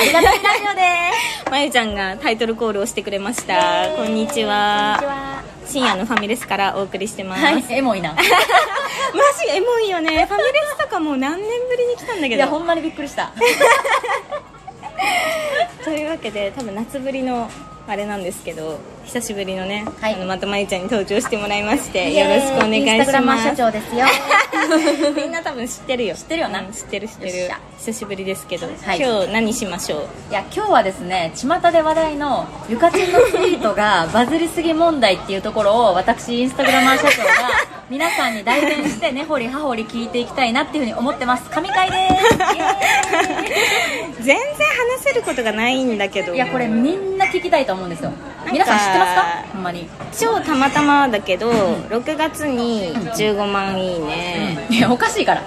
りがたいラジオです。 まゆちゃんがタイトルコールをしてくれました。こんにちは。深夜のファミレスからお送りしてます。 はい、エモいな。 マジエモいよね。ファミレスとかもう何年ぶりに来たんだけど。 いやほんまにびっくりした。 というわけで多分夏ぶりのあれなんですけど、久しぶりのね、 はい、 またまゆちゃんに登場してもらいまして、よろしくお願いします。インスタグラマー社長ですよ。みんな多分知ってるよ。 知ってるよな、 知ってる久しぶりですけど、 はい、 今日何しましょう。 いや今日はですね、巷で話題のゆかちんのツイートがバズりすぎ問題っていうところを私インスタグラマー社長が皆さんに代弁して根掘り葉掘り聞いていきたいなっていうふうに思ってます。神回です全然話せることがないんだけど、 いやこれみんな聞きたいと思うんですよ。皆さん知ってますか。ほんまに超たまたまだけど、6月に15万いいね、 いやおかしいから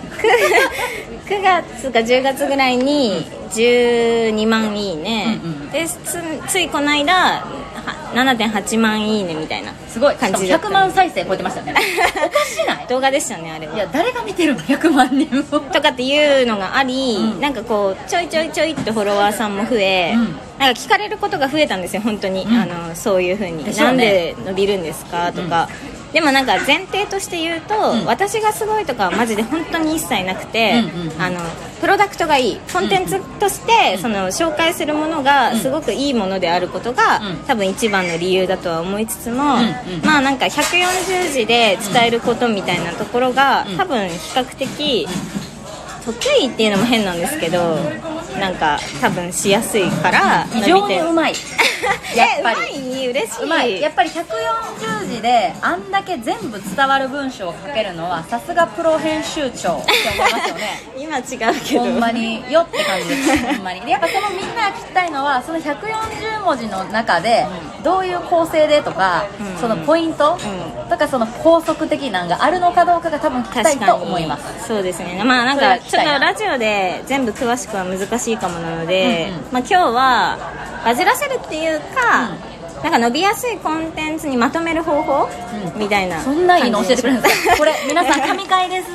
9月か10月ぐらいに12万いいね、でついこの間 7.8 万いいねみたいなすごい感じだった。100万再生超えてましたね。おかしない動画でしたねあれは。 いや誰が見てるの100万人もとかっていうのがあり、なんかこうちょいちょいちょいってフォロワーさんも増え、なんか聞かれることが増えたんですよ本当に、そういう風に、なんで伸びるんですかとか、でもなんか前提として言うと、私がすごいとかはマジで本当に一切なくて、プロダクトがいいコンテンツとして、その紹介するものがすごくいいものであることが、多分一番の理由だとは思いつつも、まあなんか140字で伝えることみたいなところが、多分比較的得意っていうのも変なんですけど、なんか多分しやすいから非常にうまい。やっぱりうまい、嬉しい。 うまい。やっぱり140字であんだけ全部伝わる文章を書けるのはさすがプロ編集長って思いますよね。 今違うけどほんまによって感じです。ほんまに。でやっぱそのみんなが聞きたいのはその140文字の中でどういう構成でとか、そのポイント、とかその法則的なのがあるのかどうかが多分聞きたいと思います。 そうですね。まあなんかちょっとラジオで全部詳しくは難しいかもなので、まあ今日はバズらせるっていうか、なんか伸びやすいコンテンツにまとめる方法、みたいな。 そんないいの教えてくれるんですか。これ皆さん神回です。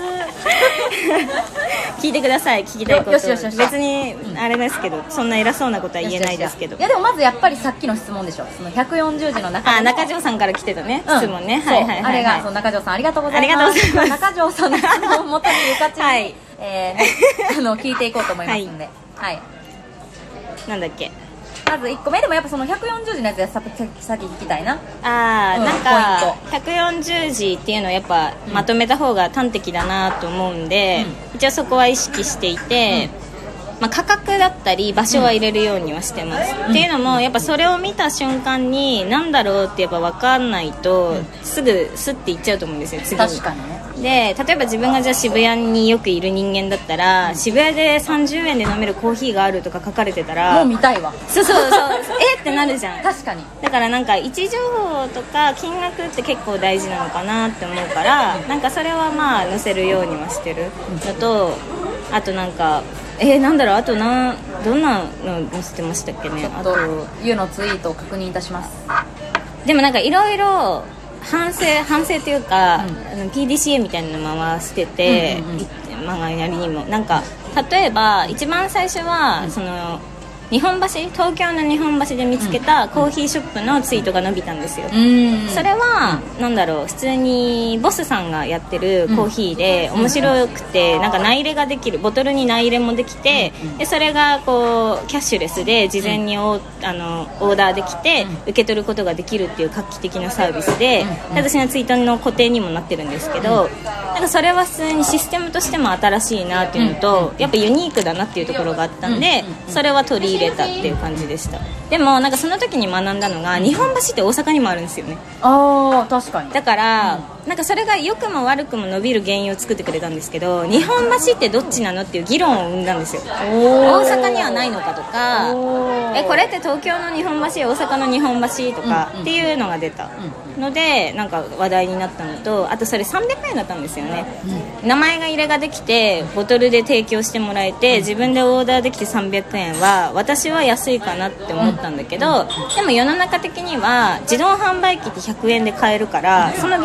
聞いてください。聞きたいこと。 よしよしよし。 別にあれですけど、そんな偉そうなことは言えないですけど。 いやでもまずやっぱりさっきの質問でしょ。その140字の中で中条さんから来てたね、質問ね。はいはいはい。 あれがその中条さんありがとうございます。 ありがとうございます。 中条さんの質問を元にゆかちに聞いていこうと思いますので。はい。 なんだっけ。 まず1個目でもやっぱその140字のやつで先聞きたいな。 なんか140字っていうのをやっぱまとめた方が端的だなと思うんで、一応そこは意識していて、まあ、価格だったり場所は入れるようにはしてます、っていうのもやっぱそれを見た瞬間に何だろうってやっぱ分かんないと、すぐスッていっちゃうと思うんですよ次に。 確かにね。 で例えば自分がじゃあ渋谷によくいる人間だったら、渋谷で30円で飲めるコーヒーがあるとか書かれてたらもう見たいわ。 そうってなるじゃん。 確かに。 だからなんか位置情報とか金額って結構大事なのかなって思うから、なんかそれはまあ載せるようにはしてるのと、あとなんかなんだろう、あとどんなの載せてましたっけね。 あとユのツイートを確認いたします。 でもなんかいろいろ反省というか、PDCA みたいなの回してて、漫画なりにもなんか例えば一番最初は、その東京の日本橋で見つけたコーヒーショップのツイートが伸びたんですよ。それはなんだろう、普通にボスさんがやってるコーヒーで面白くて、なんか内入れができる、ボトルに内入れもできて、でそれがこうキャッシュレスで事前にオーダーできて受け取ることができるっていう画期的なサービスで、私のツイートの固定にもなってるんですけど、なんかそれは普通にシステムとしても新しいなっていうのと、やっぱユニークだなっていうところがあったんで、それは取り入れたっていう感じでした。でもなんかその時に学んだのが、日本橋って大阪にもあるんですよね。 確かに。 だから、なんかそれが良くも悪くも伸びる原因を作ってくれたんですけど、日本橋ってどっちなのっていう議論を生んだんですよ。大阪にはないのかとか、これって東京の日本橋、大阪の日本橋とかっていうのが出たので、なんか話題になったのと、あとそれ300円だったんですよね。名前が入れができてボトルで提供してもらえて、自分でオーダーできて300円は私は安いかなって思ったんだけど、でも世の中的には自動販売機って100円で買えるから、その議論も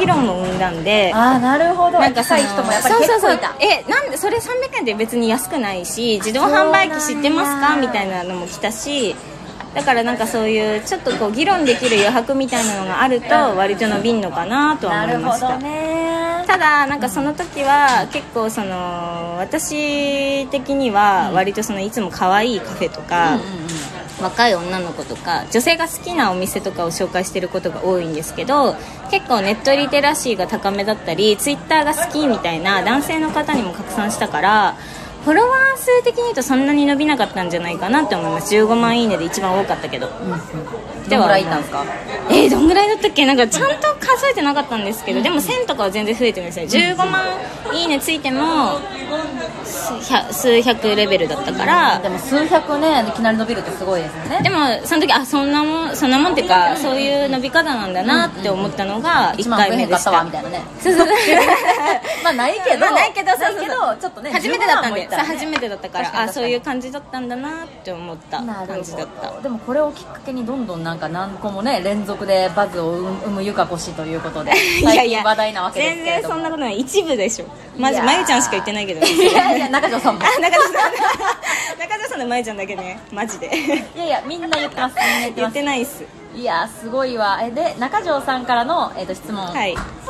生んだんで、 なるほど。 なんか高い人もやっぱり結構いた。 なんでそれ300円って別に安くないし、自動販売機知ってますかみたいなのも来たし、だからなんかそういうちょっとこう議論できる余白みたいなのがあると割と伸びんのかなとは思いました。 なるほどね。 ただなんかその時は結構その私的には割とそのいつも可愛いカフェとか、若い女の子とか女性が好きなお店とかを紹介してることが多いんですけど、結構ネットリテラシーが高めだったりツイッターが好きみたいな男性の方にも拡散したから、フォロワー数的に言うとそんなに伸びなかったんじゃないかなって思います。15万いいねで一番多かったけど、 どんぐらいいたんですか？ どんぐらいだったっけ、なんかちゃんと数えてなかったんですけど、でも1000とかは全然増えてるんですよ。15万いいねついても数百レベルだったから、 でも数百ね、いきなり伸びるってすごいですよね。 でもその時そんなもんっていうか、そういう伸び方なんだなって思ったのが1回目でした。 みたいなね。 まあないけどちょっとね、 初めてだったんで、初めてだったからそういう感じだったんだなって思った感じだった。 でもこれをきっかけにどんどんなんか何個もね連続でバズを生むゆかこしということで最近話題なわけですけれども、 全然そんなことない、一部でしょ。マジまゆちゃんしか言ってないけどね。 いや中条さんも中条さんのまゆちゃんだけね、マジで。 いやみんな言ってます。 言ってないっす。 いやすごいわ。で中条さんからの、質問。 はい。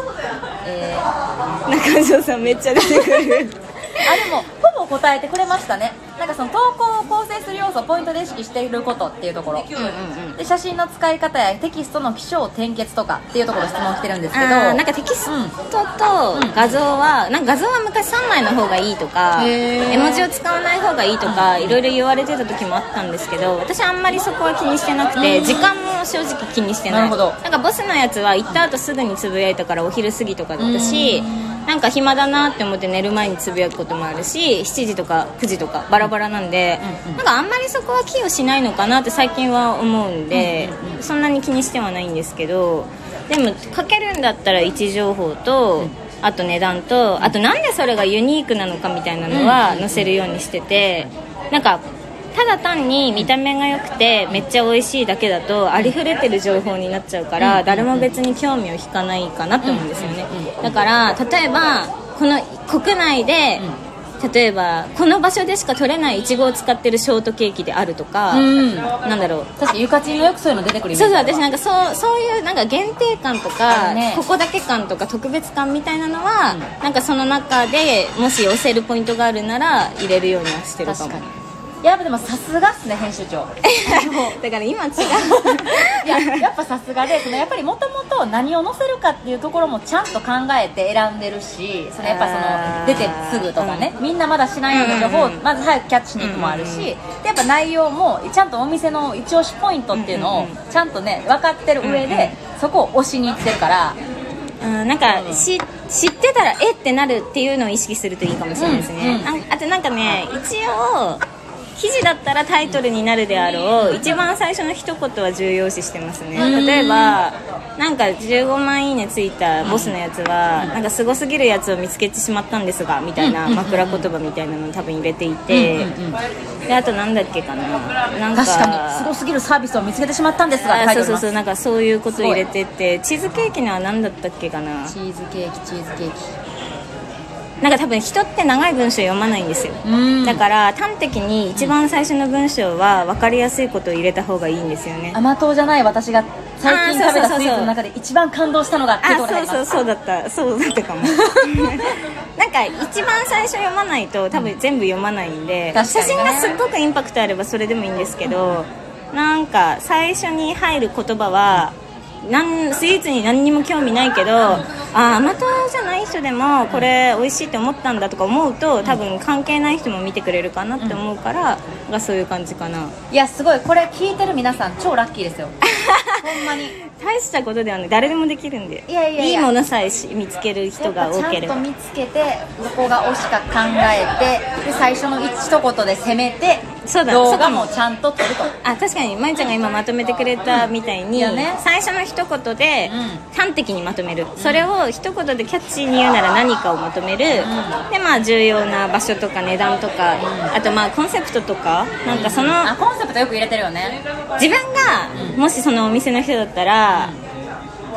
中条さんめっちゃ出てくる。 でもほぼ答えてくれましたね。なんかその投稿を構成する要素をポイントで意識していることっていうところ、で写真の使い方やテキストの起承転結とかっていうところ質問してるんですけど、 なんかテキストと画像は、なんか画像は昔3枚の方がいいとか、絵文字を使わない方がいいとか、いろいろ言われてた時もあったんですけど、私あんまりそこは気にしてなくて、時間も正直気にしてない。 なるほど。 なんかボスのやつは行った後すぐにつぶやいたからお昼過ぎとかだったし、なんか暇だなって思って寝る前につぶやくこともあるし、7時とか9時とかバラバラなんで、なんかあんまりそこは寄与しないのかなって最近は思うんで、そんなに気にしてはないんですけど、でもかけるんだったら位置情報と、あと値段と、あとなんでそれがユニークなのかみたいなのは載せるようにしてて、なんかただ単に見た目が良くてめっちゃ美味しいだけだとありふれてる情報になっちゃうから、誰も別に興味を引かないかなと思うんですよね。だから例えばこの国内で、例えばこの場所でしか取れないイチゴを使ってるショートケーキであるとか、なんだろう、 確かにゆかちんはよくそういうの出てくるイメージ。 そう私なんかそういうなんか限定感とか、ここだけ感とか特別感みたいなのは、なんかその中でもし押せるポイントがあるなら入れるようにはしてるかも。 確かに。いやでもさすがっすね編集長。 だから今違う。 やっぱさすがで、やっぱりもともと何を載せるかっていうところもちゃんと考えて選んでるし、やっぱ出てすぐとかね、みんなまだ知らんような情報をまず早くキャッチに行くもあるし、でやっぱ内容もちゃんとお店の一押しポイントっていうのをちゃんとね分かってる上でそこを押しに行ってるから。 なんか知ってたらってなるっていうのを意識するといいかもしれないですね。あとなんかね、一応記事だったらタイトルになるであろう一番最初の一言は重要視してますね。例えばなんか15万いいねついたボスのやつは、なんかすごすぎるやつを見つけてしまったんですがみたいな枕言葉みたいなのを多分入れていて、であとなんだっけかな、なんか確かにすごすぎるサービスを見つけてしまったんですが、 そうなんかそういうこと入れてて、チーズケーキのは何だったっけかな、 チーズケーキなんか多分人って長い文章読まないんですよ。だから端的に一番最初の文章は分かりやすいことを入れた方がいいんですよね。 甘党じゃない私が最近食べたスイーツの中で一番感動したのがそうだったかも。なんか一番最初読まないと多分全部読まないんで、写真がすっごくインパクトあればそれでもいいんですけど、なんか最初に入る言葉はスイーツに何にも興味ないけど、甘党じゃない人でもこれ美味しいって思ったんだとか思うと、多分関係ない人も見てくれるかなって思うから、がそういう感じかな。 いやすごい、これ聞いてる皆さん超ラッキーですよ。ほんまに大したことではない、誰でもできるんで。 いいものさえ見つける人が多ければ、 ちゃんと見つけてどこが推しか考えて、で最初の一言で攻めて動画もちゃんと撮ると。 確かにまゆちゃんが今まとめてくれたみたいに、最初の一言で端的にまとめる、それを一言でキャッチーに言うなら何かをまとめる、で重要な場所とか値段とか、あとコンセプトとか、なんかそのコンセプトよく入れてるよね。 自分がもしそのお店の人だったら、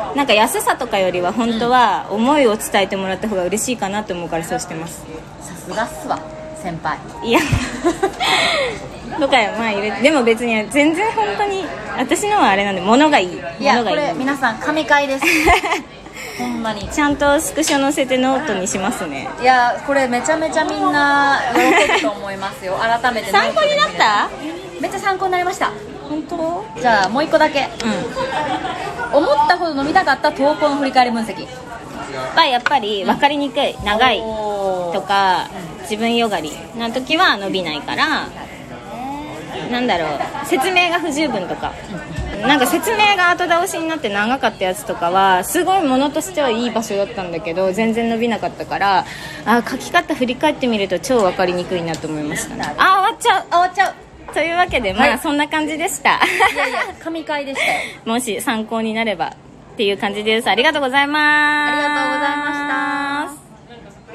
なんか安さとかよりは本当は思いを伝えてもらった方が嬉しいかなと思うからそうしてます。 さすがっすわ先輩。 いやとかまあでも別に全然本当に私のはあれなんで物がいい。 いやこれ皆さん神回ですほんまにちゃんとスクショ載せてノートにしますね。 いやこれめちゃめちゃみんな喜ぶと思いますよ改めて参考になった？ めっちゃ参考になりました。 本当？ じゃあもう一個だけ、思ったほど伸びなかった投稿の振り返り分析はやっぱり分かりにくい、長いとか自分よがりな時は伸びないから、なんだろう、説明が不十分とか、なんか説明が後倒しになって長かったやつとかはすごいものとしてはいい場所だったんだけど全然伸びなかったから、書き方振り返ってみると超分かりにくいなと思いましたね。終わっちゃうというわけで、まあそんな感じでした。 いやいや神回でしたよもし参考になればっていう感じです。ありがとうございます。 ありがとうございました。